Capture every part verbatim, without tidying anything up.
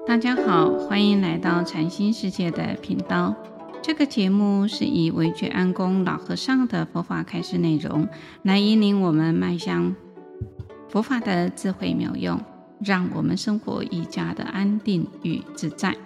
大家好，欢迎来到禅心世界的频道。这个节目是以惟觉安公老和尚的佛法开示内容，来引领我们迈向佛法的智慧妙用，让我们生活愈加的安定与自在。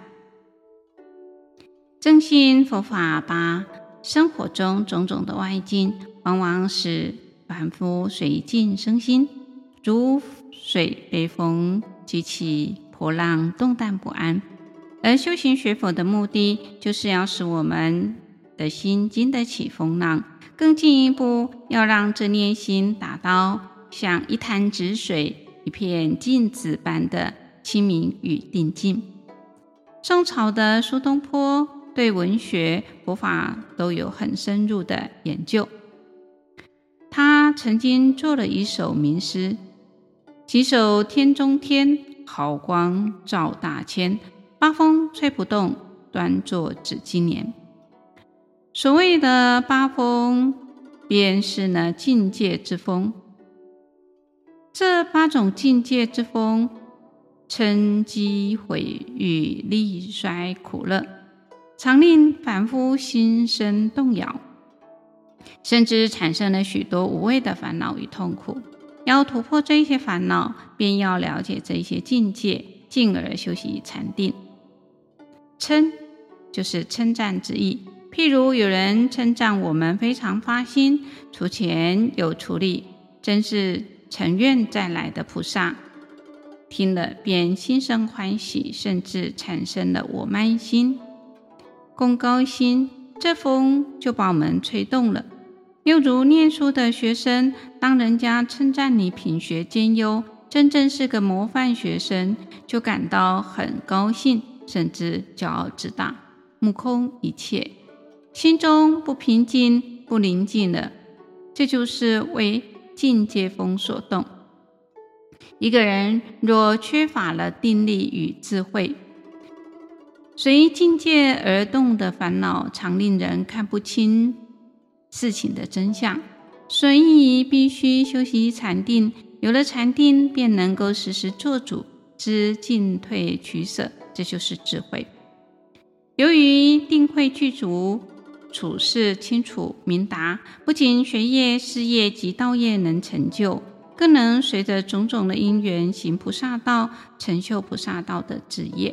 正信佛法把生活中种种的外境，往往使凡夫随境生心，如水被风激起波浪，动荡不安。而修行学佛的目的，就是要使我们的心经得起风浪，更进一步要让这念心达到像一潭止水、一片镜子般的清明与定境。宋朝的苏东坡对文学、佛法都有很深入的研究。他曾经做了一首名诗：几首天中天，好光照大千，八风吹不动，端坐紫金莲。所谓的八风，便是呢境界之风。这八种境界之风，嗔机毁誉、利衰苦乐，常令凡夫心生动摇，甚至产生了许多无谓的烦恼与痛苦。要突破这些烦恼，便要了解这些境界，进而修习禅定。称就是称赞之意，譬如有人称赞我们非常发心，出钱有出力，真是诚愿再来的菩萨，听了便心生欢喜，甚至产生了我慢心、功高心，这风就把我们吹动了。又如念书的学生，当人家称赞你品学兼优，真正是个模范学生，就感到很高兴，甚至骄傲自大，目空一切，心中不平静、不宁静了。这就是为境界风所动。一个人若缺乏了定力与智慧，随境界而动的烦恼，常令人看不清事情的真相，所以必须修习禅定。有了禅定，便能够时时做主，知进退取舍，这就是智慧。由于定慧具足，处事清楚明达，不仅学业、事业及道业能成就，更能随着种种的因缘行菩萨道，成就菩萨道的志业。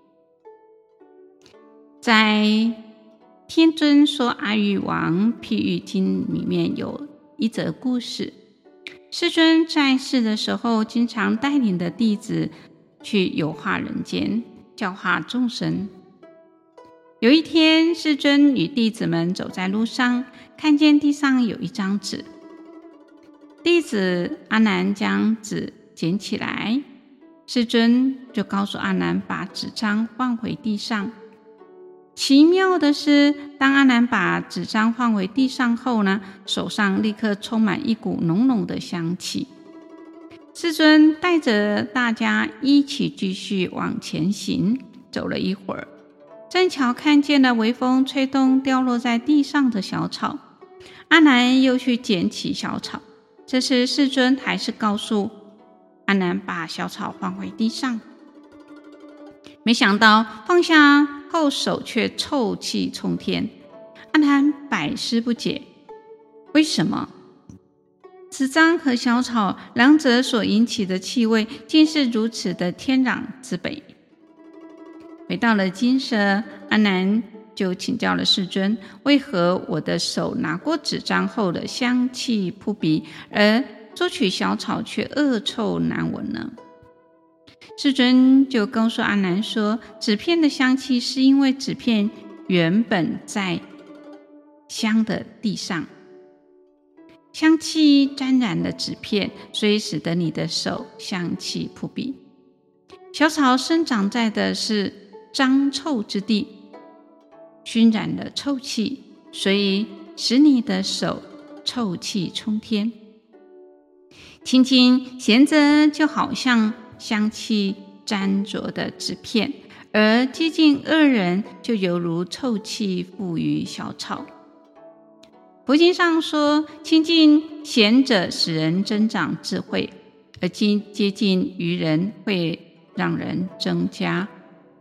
在天尊说阿育王譬喻经里面有一则故事。世尊在世的时候，经常带领的弟子去游化人间，教化众生。有一天，世尊与弟子们走在路上，看见地上有一张纸。弟子阿难将纸捡起来，世尊就告诉阿难把纸张放回地上。奇妙的是，当阿难把纸张放回地上后呢，手上立刻充满一股浓浓的香气。世尊带着大家一起继续往前行，走了一会儿，正巧看见了微风吹动掉落在地上的小草。阿难又去捡起小草，这时世尊还是告诉阿难把小草放回地上。没想到放下后手却臭气冲天，阿难百思不解，为什么纸张和小草两者所引起的气味竟是如此的天壤之别？回到了精舍，阿难就请教了世尊，为何我的手拿过纸张后的香气扑鼻，而捉取小草却恶臭难闻呢？世尊就告诉阿难说，纸片的香气是因为纸片原本在香的地上，香气沾染了纸片，所以使得你的手香气扑鼻。小草生长在的是脏臭之地，熏染了臭气，所以使你的手臭气冲天。清净闲着就好像香气沾着的纸片，而激进恶人就犹如臭气附于小草。佛经上说，亲近贤者使人增长智慧，而接近愚人会让人增加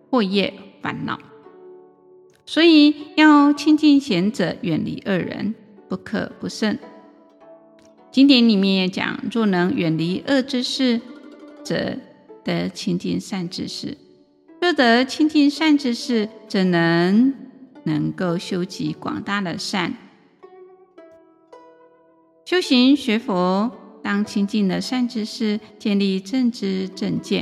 惑业烦恼。所以要亲近贤者，远离恶人，不可不慎。经典里面也讲，若能远离恶之事，则得亲近善之事。若得亲近善之事，则能能够修集广大的善。修行学佛，当亲近了善之事，建立正知正见，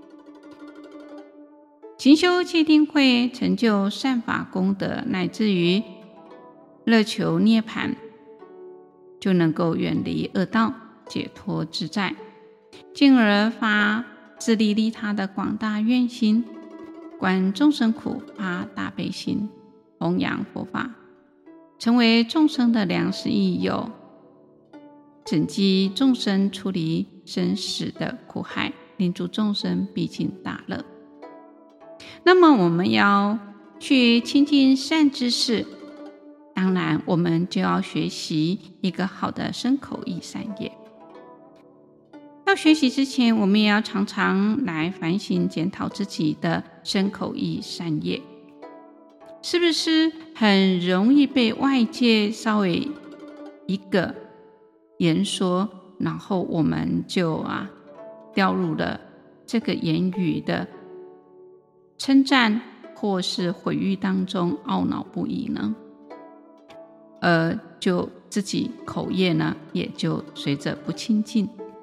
勤修戒定慧，成就善法功德，乃至于乐求涅槃，就能够远离恶道，解脱自在，进而发自利利他的广大愿心，观众生苦，发大悲心，弘扬佛法，成为众生的良师益友，拯济众生出离生死的苦害，令诸众生毕竟大乐。那么我们要去亲近善知识，当然我们就要学习一个好的身口意善业。要学习之前，我们也要常常来反省检讨自己的身口意善业，是不是很容易被外界稍微一个言说，然后我们就啊掉入了这个言语的称赞或是毁誉当中，懊恼不已呢？而就自己口业呢，也就随着不清净。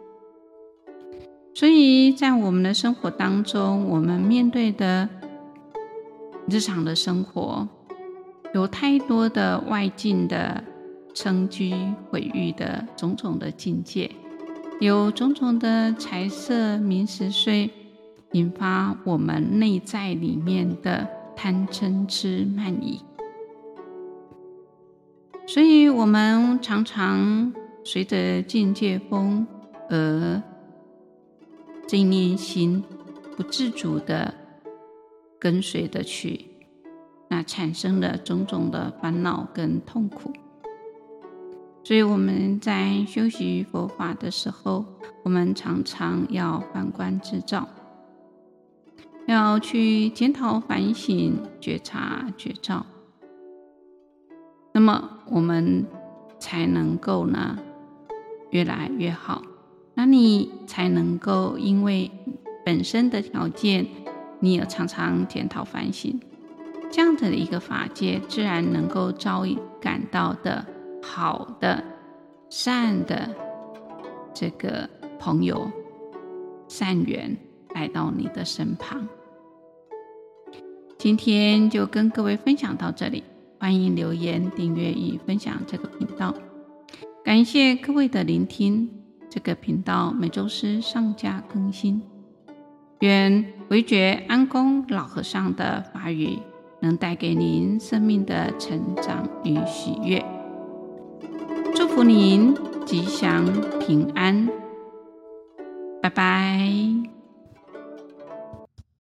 所以在我们的生活当中，我们面对的日常的生活，有太多的外境的称居毁誉的种种的境界，有种种的财色名食睡，引发我们内在里面的贪嗔痴慢疑。所以我们常常随着境界风而这一念心不自主的跟随的去，那产生了种种的烦恼跟痛苦。所以我们在修习佛法的时候，我们常常要反观自照，要去检讨反省，觉察觉照，那么我们才能够呢越来越好。那你才能够因为本身的条件，你也常常检讨反省，这样的一个法界，自然能够招感到的好的善的这个朋友善缘来到你的身旁。今天就跟各位分享到这里，欢迎留言订阅与分享这个频道，感谢各位的聆听。这个频道每周四上架更新，愿惟觉安公老和尚的法语能带给您生命的成长与喜悦，祝福您吉祥平安，拜拜。